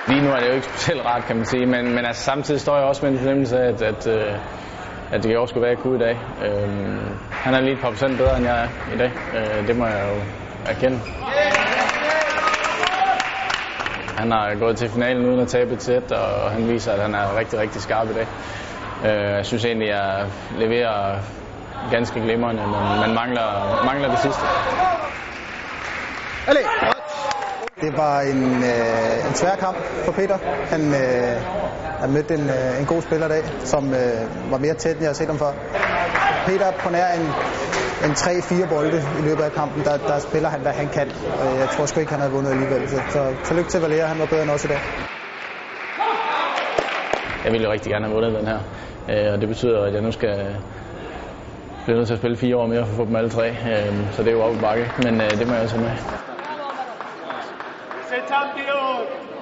Lige nu er det jo ikke specielt rart, kan man sige, men altså, samtidig står jeg også med en fornemmelse af, at det også skulle være, at jeg kunne i dag. Han er lige et par procent bedre, end jeg er i dag. Det må jeg jo erkende. Han har gået til finalen uden at tabe et sæt, og han viser, at han er rigtig, rigtig skarp i dag. Jeg synes egentlig, at jeg leverer ganske glimrende, men man mangler det sidste. Det var en svær kamp for Peter. Han har mødt en god spiller i dag, som var mere tæt, end jeg har set ham før. Peter på nær en 3-4 bolde i løbet af kampen, der spiller han, hvad han kan. Og jeg tror sgu ikke, han havde vundet alligevel. Så tillykke til Valera, han var bedre end os i dag. Jeg ville jo rigtig gerne have vundet den her, og det betyder, at jeg nu skal blive nødt til at spille 4 år mere for at få dem alle 3. Så det er jo op ad bakke, men det må jeg også have med.